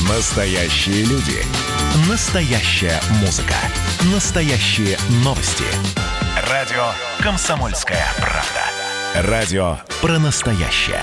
Настоящие люди. Настоящая музыка. Настоящие новости. Радио «Комсомольская правда». Радио про настоящее.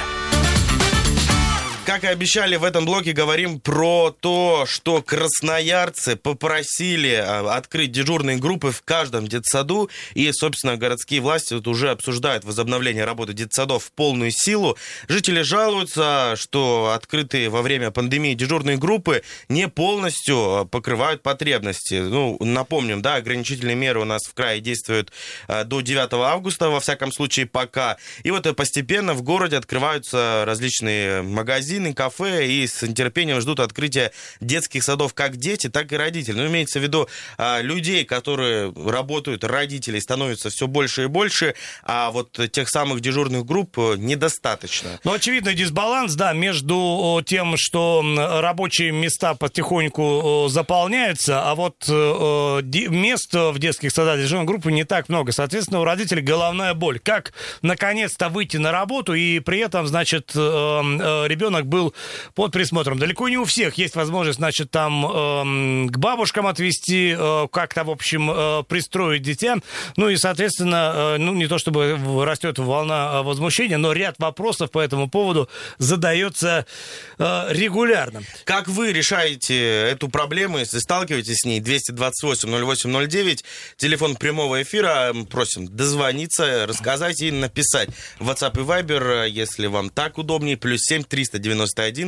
Как и обещали, в этом блоке говорим про то, что красноярцы попросили открыть дежурные группы в каждом детсаду. И, собственно, городские власти уже обсуждают возобновление работы детсадов в полную силу. Жители жалуются, что открытые во время пандемии дежурные группы не полностью покрывают потребности. Напомним, да, ограничительные меры у нас в крае действуют до 9 августа, во всяком случае, пока. И вот постепенно в городе открываются различные магазины, кафе, и с нетерпением ждут открытия детских садов как дети, так и родители. Имеется в виду людей, которые работают, родителей, становится все больше и больше, а вот тех самых дежурных групп недостаточно. Очевидно, дисбаланс, да, между тем, что рабочие места потихоньку заполняются, а вот мест в детских садах дежурной группы не так много. Соответственно, у родителей головная боль. Как наконец-то выйти на работу и при этом, значит, ребенок был под присмотром. Далеко не у всех есть возможность, значит, там к бабушкам отвезти, как-то, в общем, пристроить дитя. И, соответственно, не то чтобы растет волна возмущения, но ряд вопросов по этому поводу задается регулярно. Как вы решаете эту проблему, если сталкиваетесь с ней? 228-08-09, телефон прямого эфира. Просим дозвониться, рассказать и написать. WhatsApp и Viber, если вам так удобнее, +7 391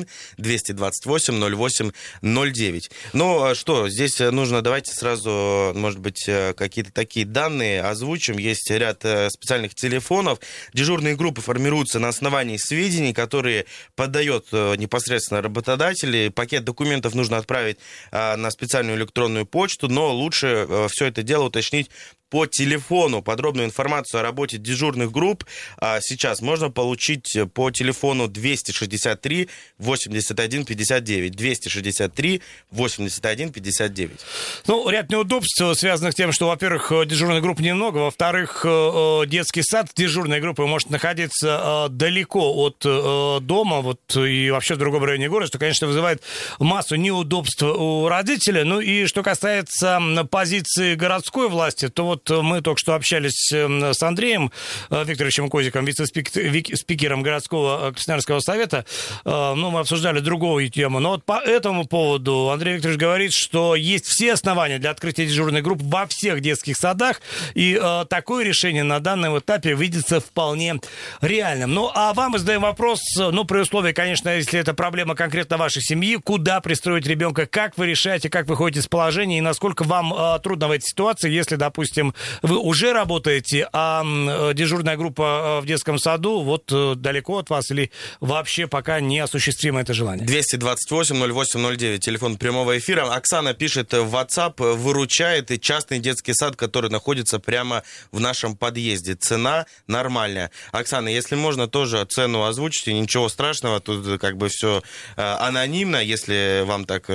228 08 09. Что, здесь нужно, давайте сразу, может быть, какие-то такие данные озвучим. Есть ряд специальных телефонов. Дежурные группы формируются на основании сведений, которые подает непосредственно работодатель. Пакет документов нужно отправить на специальную электронную почту, но лучше все это дело уточнить по телефону. Подробную информацию о работе дежурных групп сейчас можно получить по телефону 263 81 59. 263 81 59. Ряд неудобств, связанных с тем, что, во-первых, дежурных групп немного, во-вторых, детский сад дежурной группы может находиться далеко от дома, и вообще в другом районе города, что, конечно, вызывает массу неудобств у родителя. И что касается позиции городской власти, то мы только что общались с Андреем Викторовичем Козиком, вице-спикером городского Красноярского совета. Мы обсуждали другую тему. Но по этому поводу Андрей Викторович говорит, что есть все основания для открытия дежурных групп во всех детских садах. И такое решение на данном этапе видится вполне реальным. А вам мы задаем вопрос, при условии, конечно, если это проблема конкретно вашей семьи, куда пристроить ребенка, как вы решаете, как вы выходите из положения, и насколько вам трудно в этой ситуации, если, допустим, вы уже работаете, а дежурная группа в детском саду далеко от вас или вообще пока не осуществимо это желание. 228-08-09, телефон прямого эфира. Оксана пишет в WhatsApp, выручает и частный детский сад, который находится прямо в нашем подъезде. Цена нормальная. Оксана, если можно, тоже цену озвучите, ничего страшного, тут как бы все анонимно, если вам так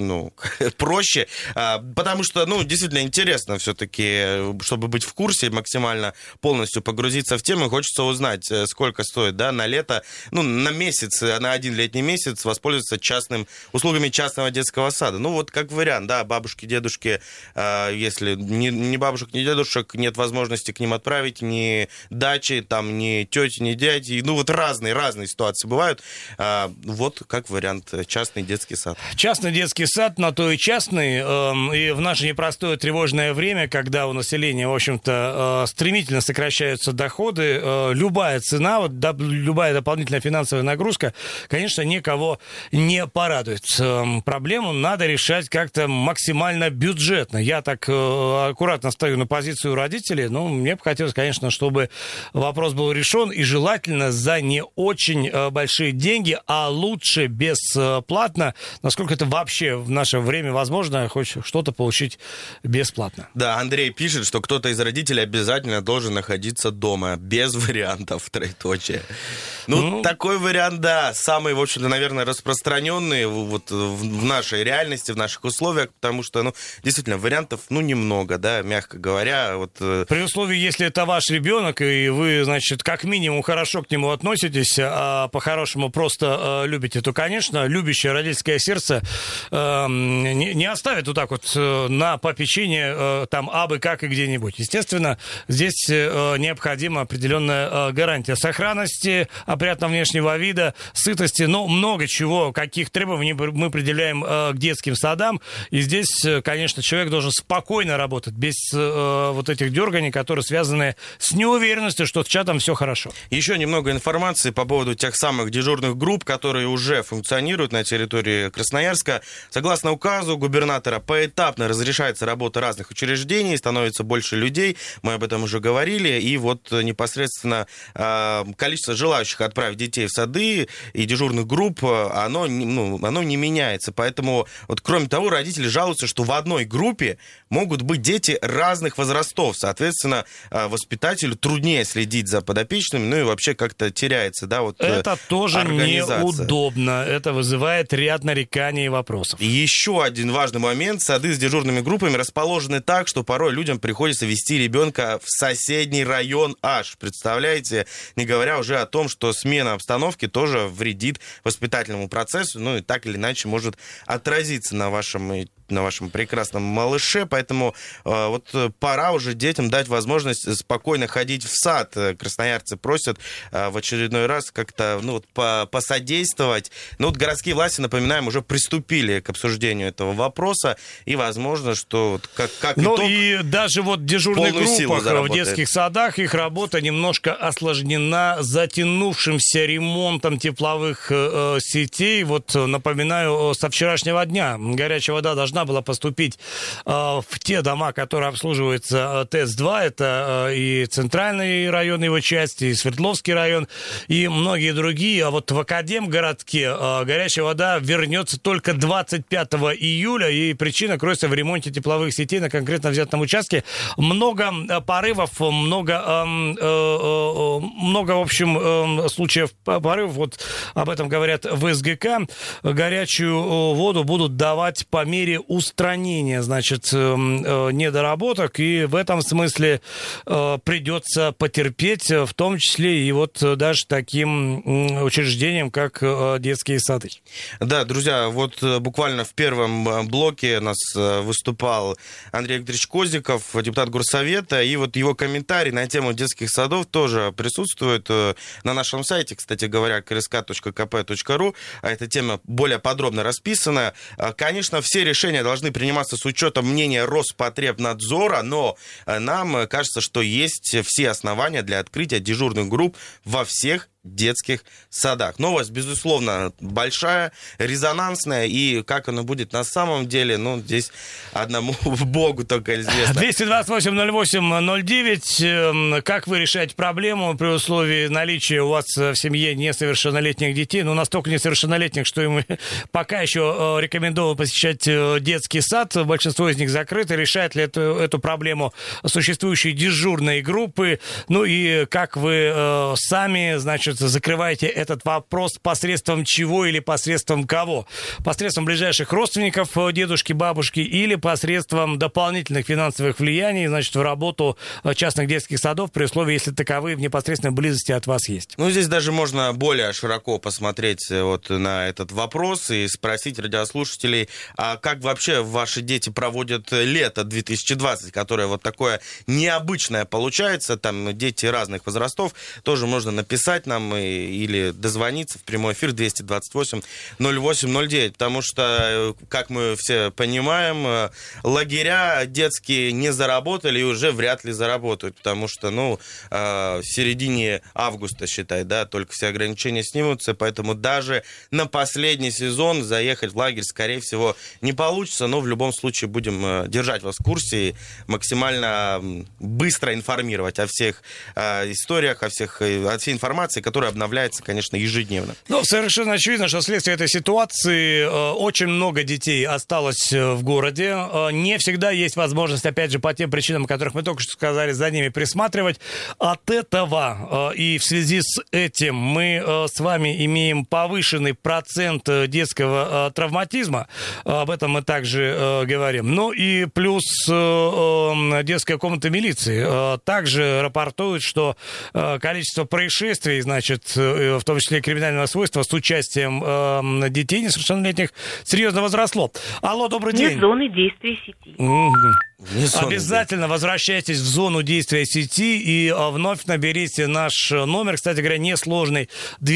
проще. Потому что, действительно интересно все-таки, чтобы быть в курсе, максимально полностью погрузиться в тему, хочется узнать, сколько стоит, на лето, на месяц, на один летний месяц воспользоваться услугами частного детского сада. Как вариант, бабушки, дедушки, если ни бабушек, ни дедушек нет возможности к ним отправить, ни дачи, ни тети, ни дяди, разные ситуации бывают. Как вариант, частный детский сад. Частный детский сад, на то и частный, и в наше непростое тревожное время, когда у населения, в общем-то, стремительно сокращаются доходы, любая цена, любая дополнительная финансовая нагрузка, конечно, никого не порадует. Проблему надо решать как-то максимально бюджетно. Я так аккуратно стою на позицию родителей, мне бы хотелось, конечно, чтобы вопрос был решен, и желательно за не очень большие деньги, а лучше бесплатно, насколько это вообще в наше время возможно, хоть что-то получить бесплатно. Да, Андрей пишет, пишет, что кто-то из родителей обязательно должен находиться дома, без вариантов, троеточие. Такой вариант, да, самый, в общем-то, наверное, распространенный вот в нашей реальности, в наших условиях, потому что, действительно, вариантов, немного, да, мягко говоря. При условии, если это ваш ребенок, и вы, значит, как минимум хорошо к нему относитесь, а по-хорошему просто любите, то, конечно, любящее родительское сердце не оставит вот так вот на попечение там абы как и где-нибудь. Естественно, здесь необходима определенная гарантия сохранности, опрятного внешнего вида, сытости, много чего, каких требований мы определяем к детским садам. И здесь, конечно, человек должен спокойно работать, без вот этих дерганий, которые связаны с неуверенностью, что с чатом все хорошо. Еще немного информации по поводу тех самых дежурных групп, которые уже функционируют на территории Красноярска. Согласно указу губернатора, поэтапно разрешается работа разных учреждений, становится больше людей, мы об этом уже говорили, и вот непосредственно количество желающих отправить детей в сады и дежурных групп, оно не меняется. Поэтому, кроме того, родители жалуются, что в одной группе могут быть дети разных возрастов. Соответственно, воспитателю труднее следить за подопечными, и вообще как-то теряется, да, это тоже неудобно. Это вызывает ряд нареканий и вопросов. И еще один важный момент. Сады с дежурными группами расположены так, что порой людям приходится вести ребенка в соседний район аж. Представляете? Не говоря уже о том, что смена обстановки тоже вредит воспитательному процессу, и так или иначе может отразиться на вашем прекрасном малыше, поэтому пора уже детям дать возможность спокойно ходить в сад. Красноярцы просят в очередной раз как-то посодействовать. Городские власти, напоминаем, уже приступили к обсуждению этого вопроса, и возможно, что как итог, и даже в дежурных группах в детских садах их работа немножко осложнена затянувшимся ремонтом тепловых сетей. Напоминаю, со вчерашнего дня горячая вода должна была поступить в те дома, которые обслуживаются ТЭЦ-2. Это и центральный район его части, и Свердловский район, и многие другие. А в Академгородке горячая вода вернется только 25 июля, и причина кроется в ремонте тепловых сетей на конкретно взятом участке. Много порывов, много, в общем, случаев порывов. Об этом говорят в СГК. Горячую воду будут давать по мере устранения, недоработок, и в этом смысле придется потерпеть, в том числе и даже таким учреждениям, как детские сады. Да, друзья, буквально в первом блоке у нас выступал Андрей Викторович Козиков, депутат Горсовета, и его комментарий на тему детских садов тоже присутствует на нашем сайте, кстати говоря, krsk.kp.ru. Эта тема более подробно расписана. Конечно, все решения должны приниматься с учетом мнения Роспотребнадзора, но нам кажется, что есть все основания для открытия дежурных групп во всех детских садах. Новость, безусловно, большая, резонансная, и как оно будет на самом деле, здесь одному Богу только известно. 228-08-09. Как вы решаете проблему при условии наличия у вас в семье несовершеннолетних детей? Настолько несовершеннолетних, что им пока еще рекомендовано посещать детский сад. Большинство из них закрыто. Решает ли эту проблему существующие дежурные группы? И как вы сами, закрываете этот вопрос посредством чего или посредством кого? Посредством ближайших родственников, дедушки, бабушки, или посредством дополнительных финансовых влияний, в работу частных детских садов, при условии, если таковые в непосредственной близости от вас есть? Здесь даже можно более широко посмотреть на этот вопрос и спросить радиослушателей, а как вообще ваши дети проводят лето 2020, которое такое необычное получается, там дети разных возрастов, тоже можно написать нам или дозвониться в прямой эфир 228-08-09, потому что, как мы все понимаем, лагеря детские не заработали и уже вряд ли заработают, потому что, в середине августа, считай, да, только все ограничения снимутся, поэтому даже на последний сезон заехать в лагерь, скорее всего, не получится, но в любом случае будем держать вас в курсе и максимально быстро информировать о всех историях, о всей информации, который обновляется, конечно, ежедневно. Ну, совершенно очевидно, что вследствие этой ситуации очень много детей осталось в городе. Не всегда есть возможность, опять же, по тем причинам, о которых мы только что сказали, за ними присматривать. От этого и в связи с этим мы с вами имеем повышенный процент детского травматизма. Об этом мы также говорим. Ну и плюс детская комната милиции также рапортует, что количество происшествий, значит, в том числе криминального свойства, с участием детей несовершеннолетних серьезно возросло. Алло, добрый день. Нет зоны действия сети. Обязательно возвращайтесь в зону действия сети и вновь наберите наш номер, кстати говоря, несложный,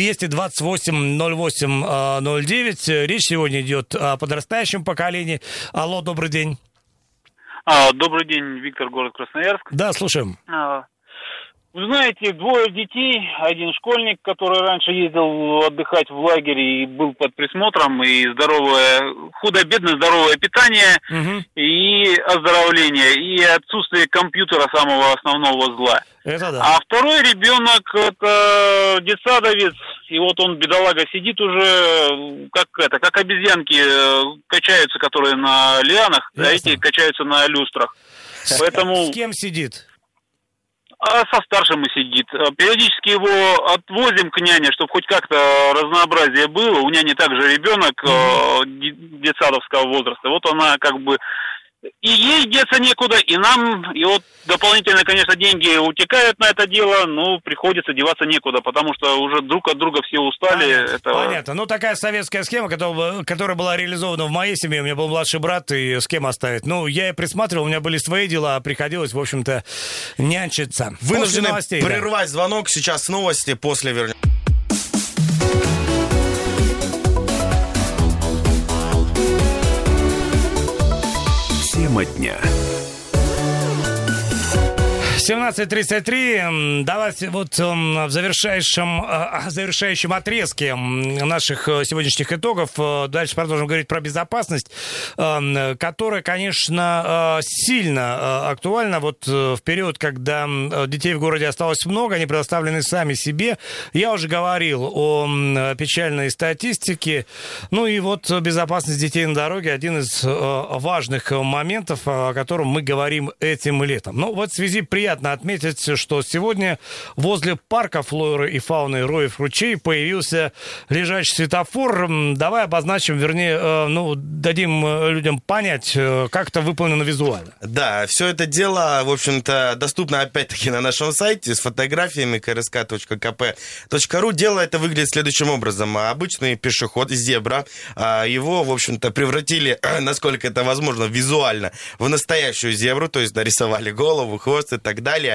228-08-09. Речь сегодня идет о подрастающем поколении. Алло, добрый день. Добрый день, Виктор, город Красноярск. Да, слушаем. Вы знаете, 2 детей, один школьник, который раньше ездил отдыхать в лагерь и был под присмотром, и худо-бедно здоровое питание, и оздоровление, и отсутствие компьютера, самого основного зла. Это да. А второй ребенок, это детсадовец, и вот он, бедолага, сидит уже, как обезьянки качаются, которые на лианах, а эти качаются на люстрах. Поэтому... С кем сидит? Со старшим и сидит. Периодически его отвозим к няне, чтобы хоть как-то разнообразие было. У няни также ребенок детсадовского возраста. Вот она как бы... И ей деться некуда, и нам, и вот дополнительно, конечно, деньги утекают на это дело, но приходится деваться некуда, потому что уже друг от друга все устали. Понятно. Ну, такая советская схема, которая была реализована в моей семье. У меня был младший брат, и с кем оставить? Ну, я и присматривал, у меня были свои дела, а приходилось, в общем-то, нянчиться. Вынуждены прервать звонок. Сейчас новости, после вернемся. Тема дня. 17:33. Давайте вот в завершающем отрезке наших сегодняшних итогов дальше продолжим говорить про безопасность, которая, конечно, сильно актуальна. Вот в период, когда детей в городе осталось много, они предоставлены сами себе. Я уже говорил о печальной статистике. Ну и вот безопасность детей на дороге — один из важных моментов, о котором мы говорим этим летом. Ну вот в связи приятно отметить, что сегодня возле парка флоры и фауны Роев ручей появился лежачий светофор. Давай обозначим, вернее, дадим людям понять, как это выполнено визуально. Да, все это дело, в общем-то, доступно опять-таки на нашем сайте с фотографиями krsk.kp.ru. Дело это выглядит следующим образом. Обычный пешеход, зебра, его, в общем-то, превратили, насколько это возможно, визуально в настоящую зебру, то есть нарисовали голову, хвост и так далее.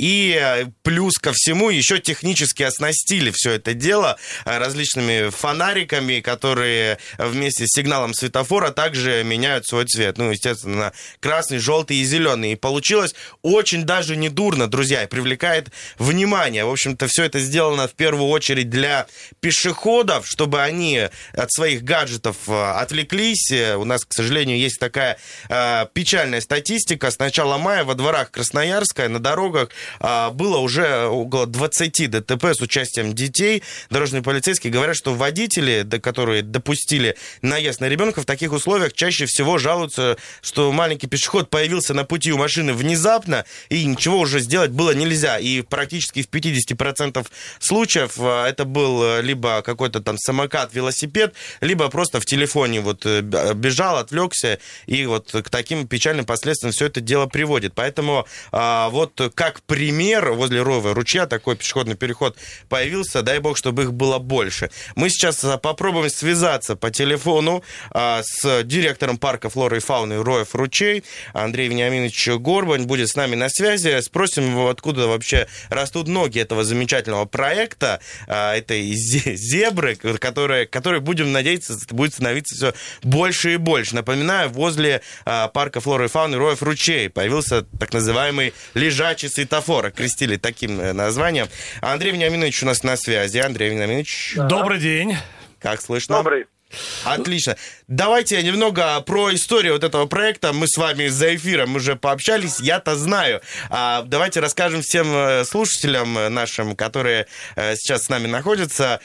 И плюс ко всему еще технически оснастили все это дело различными фонариками, которые вместе с сигналом светофора также меняют свой цвет. Ну, естественно, на красный, желтый и зеленый. И получилось очень даже недурно, друзья, и привлекает внимание. В общем-то, все это сделано в первую очередь для пешеходов, чтобы они от своих гаджетов отвлеклись. У нас, к сожалению, есть такая печальная статистика. С начала мая во дворах Красноярска на дорогах было уже около 20 ДТП с участием детей. Дорожные полицейские говорят, что водители, которые допустили наезд на ребенка, в таких условиях чаще всего жалуются, что маленький пешеход появился на пути у машины внезапно, и ничего уже сделать было нельзя. И практически в 50% случаев это был либо какой-то там самокат, велосипед, либо просто в телефоне вот бежал, отвлекся, и вот к таким печальным последствиям все это дело приводит. Поэтому вот как пример возле Роева ручья такой пешеходный переход появился, дай бог, чтобы их было больше. Мы сейчас попробуем связаться по телефону с директором парка флоры и фауны Роев ручей. Андрей Вениаминович Горбань будет с нами на связи. Спросим его, откуда вообще растут ноги этого замечательного проекта, этой зебры, которой, будем надеяться, будет становиться все больше и больше. Напоминаю, возле парка флоры и фауны Роев ручей появился так называемый лежачий светофор. Окрестили таким названием. Андрей Вениаминович у нас на связи. Андрей Вениаминович. Добрый день. Как слышно? Добрый. Отлично. Давайте немного про историю вот этого проекта. Мы с вами за эфиром уже пообщались, я-то знаю. Давайте расскажем всем слушателям нашим, которые сейчас с нами находятся,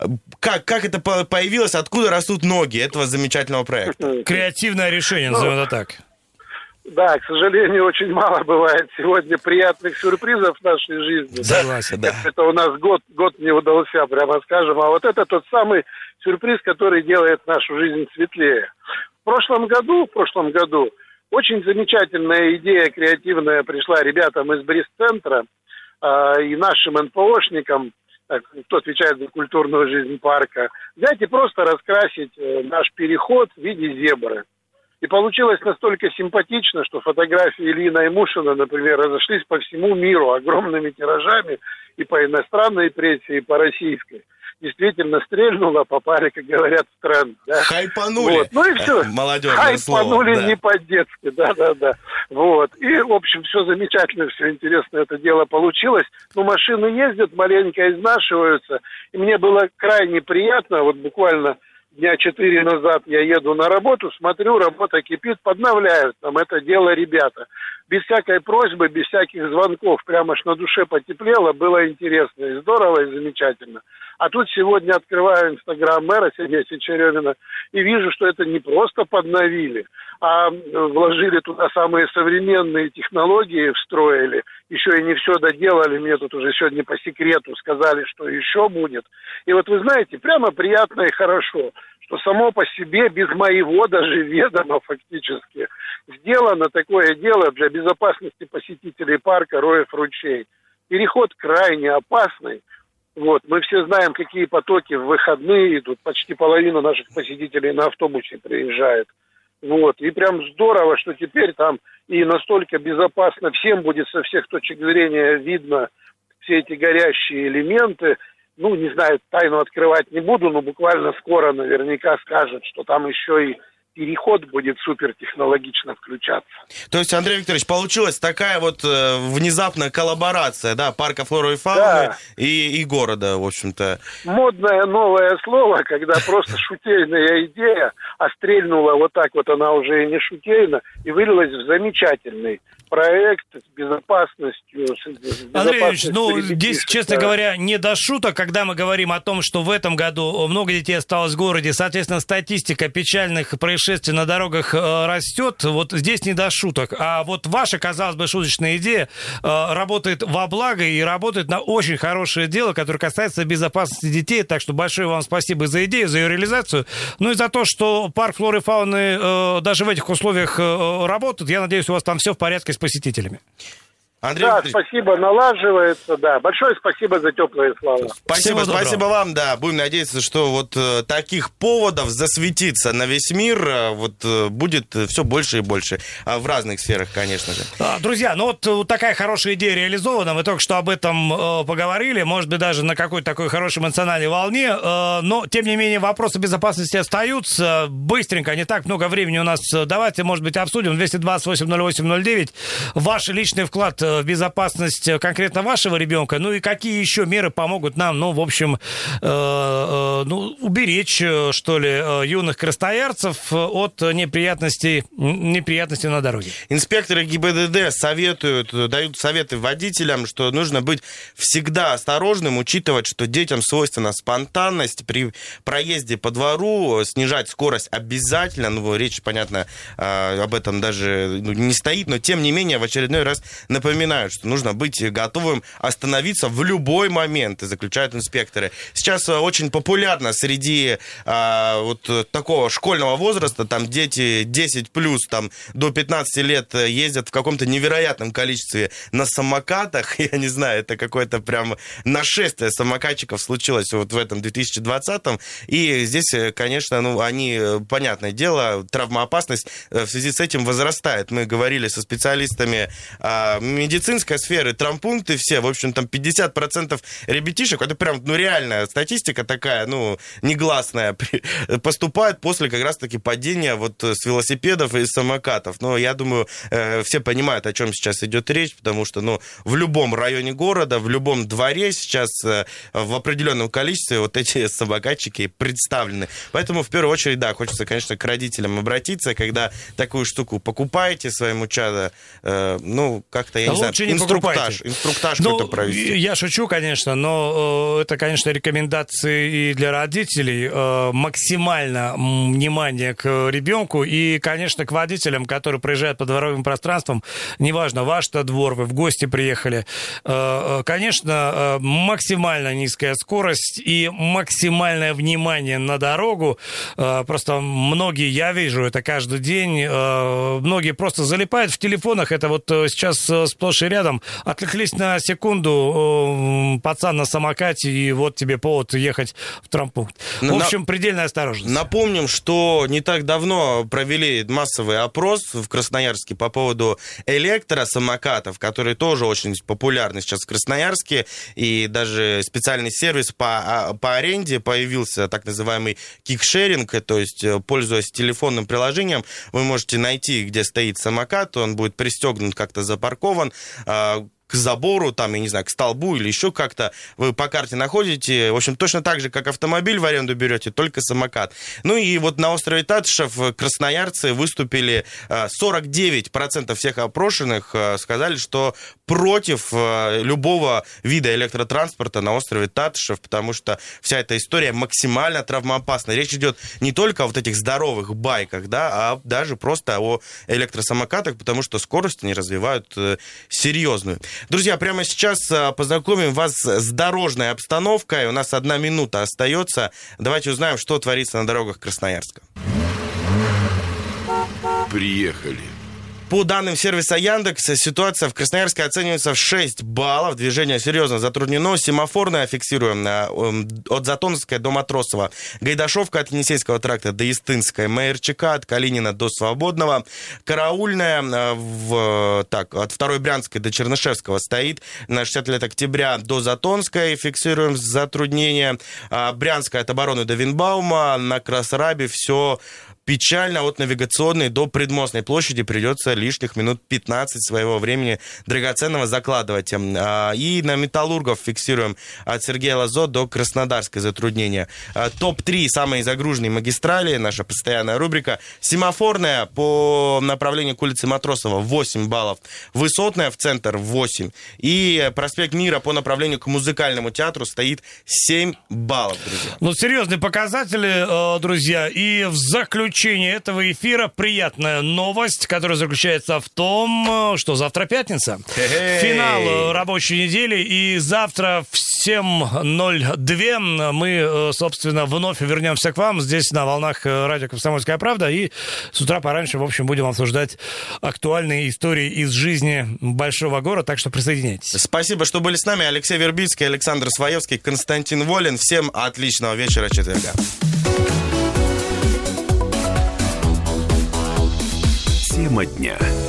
как это появилось, откуда растут ноги этого замечательного проекта. Креативное решение, назовем это так. Да, к сожалению, очень мало бывает сегодня приятных сюрпризов в нашей жизни. Согласен, да. Это у нас год не удался, прямо скажем. А вот это тот самый сюрприз, который делает нашу жизнь светлее. В прошлом году очень замечательная идея креативная пришла ребятам из Бриз-центра и нашим НПОшникам, кто отвечает за культурную жизнь парка, взять и просто раскрасить наш переход в виде зебры. И получилось настолько симпатично, что фотографии Ильи Наймушина, например, разошлись по всему миру огромными тиражами и по иностранной прессе, и по российской. Действительно стрельнуло, попали, как говорят, в тренд. Да? Хайпанули. Вот. Ну и все. Молодежное слово. Хайпанули да. не по-детски, да. Вот. И, в общем, все замечательно, все интересно это дело получилось. Но машины ездят, маленько изнашиваются. И мне было крайне приятно, вот буквально дня 4 назад я еду на работу, смотрю, работа кипит, подновляют там это дело ребята. Без всякой просьбы, без всяких звонков, прямо аж на душе потеплело, было интересно и здорово, и замечательно. А тут сегодня открываю инстаграм мэра Сергея Сечерёвина и вижу, что это не просто подновили, а вложили туда самые современные технологии, встроили, еще и не все доделали, мне тут уже сегодня по секрету сказали, что еще будет. И вот вы знаете, прямо приятно и хорошо, что само по себе, без моего даже ведома фактически, сделано такое дело для безопасности посетителей парка Роев-Ручей. Переход крайне опасный. Вот, мы все знаем, какие потоки в выходные идут. Почти половина наших посетителей на автобусе приезжает. Вот, и прям здорово, что теперь там и настолько безопасно всем будет со всех точек зрения видно все эти горящие элементы. Ну, не знаю, тайну открывать не буду, но буквально скоро наверняка скажут, что там еще и переход будет супертехнологично включаться. То есть, Андрей Викторович, получилась такая вот внезапная коллаборация, да, парка флоры и фауны и города, в общем-то. Модное новое слово, когда просто шутейная идея, а стрельнула вот так вот, она уже и не шутейна, и вылилась в замечательный проект с безопасностью. Андрей Ильич, ну, здесь, честно говоря, не до шуток, когда мы говорим о том, что в этом году много детей осталось в городе, соответственно, статистика печальных происшествий на дорогах растет, вот здесь не до шуток. А вот ваша, казалось бы, шуточная идея работает во благо и работает на очень хорошее дело, которое касается безопасности детей, так что большое вам спасибо за идею, за ее реализацию, ну и за то, что парк флоры и фауны даже в этих условиях работает. Я надеюсь, у вас там все в порядке с посетителями. Андрей да, Викторович, спасибо, налаживается, да. Большое спасибо за теплые слова. Спасибо вам, да. Будем надеяться, что вот таких поводов засветиться на весь мир вот будет все больше и больше. В разных сферах, конечно же. Друзья, ну вот такая хорошая идея реализована. Мы только что об этом поговорили. Может быть, даже на какой-то такой хорошей эмоциональной волне. Но, тем не менее, вопросы безопасности остаются. Быстренько, не так много времени у нас. Давайте, может быть, обсудим. 228-08-09. Ваш личный вклад в безопасность конкретно вашего ребенка, ну и какие еще меры помогут нам, ну, в общем, уберечь, что ли, юных красноярцев от неприятностей на дороге. Инспекторы ГИБДД дают советы водителям, что нужно быть всегда осторожным, учитывать, что детям свойственна спонтанность при проезде по двору, снижать скорость обязательно, ну, речь, понятно, об этом даже не стоит, но тем не менее в очередной раз напоминают, что нужно быть готовым остановиться в любой момент, и заключают инспекторы. Сейчас очень популярно среди вот такого школьного возраста, там дети 10+, там до 15 лет ездят в каком-то невероятном количестве на самокатах. Я не знаю, это какое-то прям нашествие самокатчиков случилось вот в этом 2020-м. И здесь, конечно, ну, они, понятное дело, травмоопасность в связи с этим возрастает. Мы говорили со специалистами медицинской сферы, травмпункты все, в общем, там 50% ребятишек, это прям, реальная статистика такая, негласная, поступают после как раз-таки падения вот с велосипедов и самокатов. Но я думаю, все понимают, о чем сейчас идет речь, потому что, в любом районе города, в любом дворе сейчас в определенном количестве вот эти самокатчики представлены. Поэтому, в первую очередь, да, хочется, конечно, к родителям обратиться, когда такую штуку покупаете своему чаду, как-то, я не знаю, инструктаж какой-то провести. Я шучу, конечно, но это, конечно, рекомендации и для родителей. Максимально внимание к ребенку и, конечно, к водителям, которые проезжают по дворовым пространствам. Неважно, ваш-то двор, вы в гости приехали. Конечно, максимально низкая скорость и максимальное внимание на дорогу. Просто многие, я вижу это каждый день, многие просто залипают в телефонах. Это вот сейчас сплошь и рядом. Отвлеклись на секунду, пацан на самокате, и вот тебе повод ехать в травмпункт. В общем, предельная осторожность. Напомним, что не так давно провели массовый опрос в Красноярске по поводу электросамокатов, которые тоже очень популярны сейчас в Красноярске, и даже специальный сервис по аренде появился, так называемый кикшеринг, то есть, пользуясь телефонным приложением, вы можете найти, где стоит самокат, он будет пристегнут, как-то запаркован, к забору, там, я не знаю, к столбу или еще как-то, вы по карте находите, в общем, точно так же, как автомобиль в аренду берете, только самокат. И вот на острове Татышев красноярцы выступили, 49% всех опрошенных сказали, что против любого вида электротранспорта на острове Татышев, потому что вся эта история максимально травмоопасна. Речь идет не только о вот этих здоровых байках, да, а даже просто о электросамокатах, потому что скорость они развивают серьезную. Друзья, прямо сейчас познакомим вас с дорожной обстановкой. У нас 1 минута остается. Давайте узнаем, что творится на дорогах Красноярска. Приехали. По данным сервиса Яндекс, ситуация в Красноярске оценивается в 6 баллов. Движение серьезно затруднено. Семафорная фиксируем от Затонской до Матросова. Гайдашовка от Енисейского тракта до Истынской. МРЧК от Калинина до Свободного. Караульная от 2 Брянской до Чернышевского стоит. На 60 лет октября до Затонской фиксируем затруднения. Брянская от Обороны до Винбаума. На Красрабе все печально. От Навигационной до Предмостной площади придется лишних минут 15 своего времени драгоценного закладывать. И на Металлургов фиксируем от Сергея Лазо до Краснодарской затруднения. Топ-3 самые загруженные магистрали, наша постоянная рубрика. Семафорная по направлению к улице Матросова 8 баллов. Высотная в центр 8. И проспект Мира по направлению к Музыкальному театру стоит 7 баллов, друзья. Серьезные показатели, друзья. И в заключение этого эфира приятная новость, которая заключается в том, что завтра пятница. Финал рабочей недели. И завтра в 7:02 мы, собственно, вновь вернемся к вам здесь на волнах радио «Комсомольская правда». И с утра пораньше, в общем, будем обсуждать актуальные истории из жизни большого города. Так что присоединяйтесь. Спасибо, что были с нами. Алексей Вербицкий, Александр Своевский, Константин Волин. Всем отличного вечера четверга. Тема дня.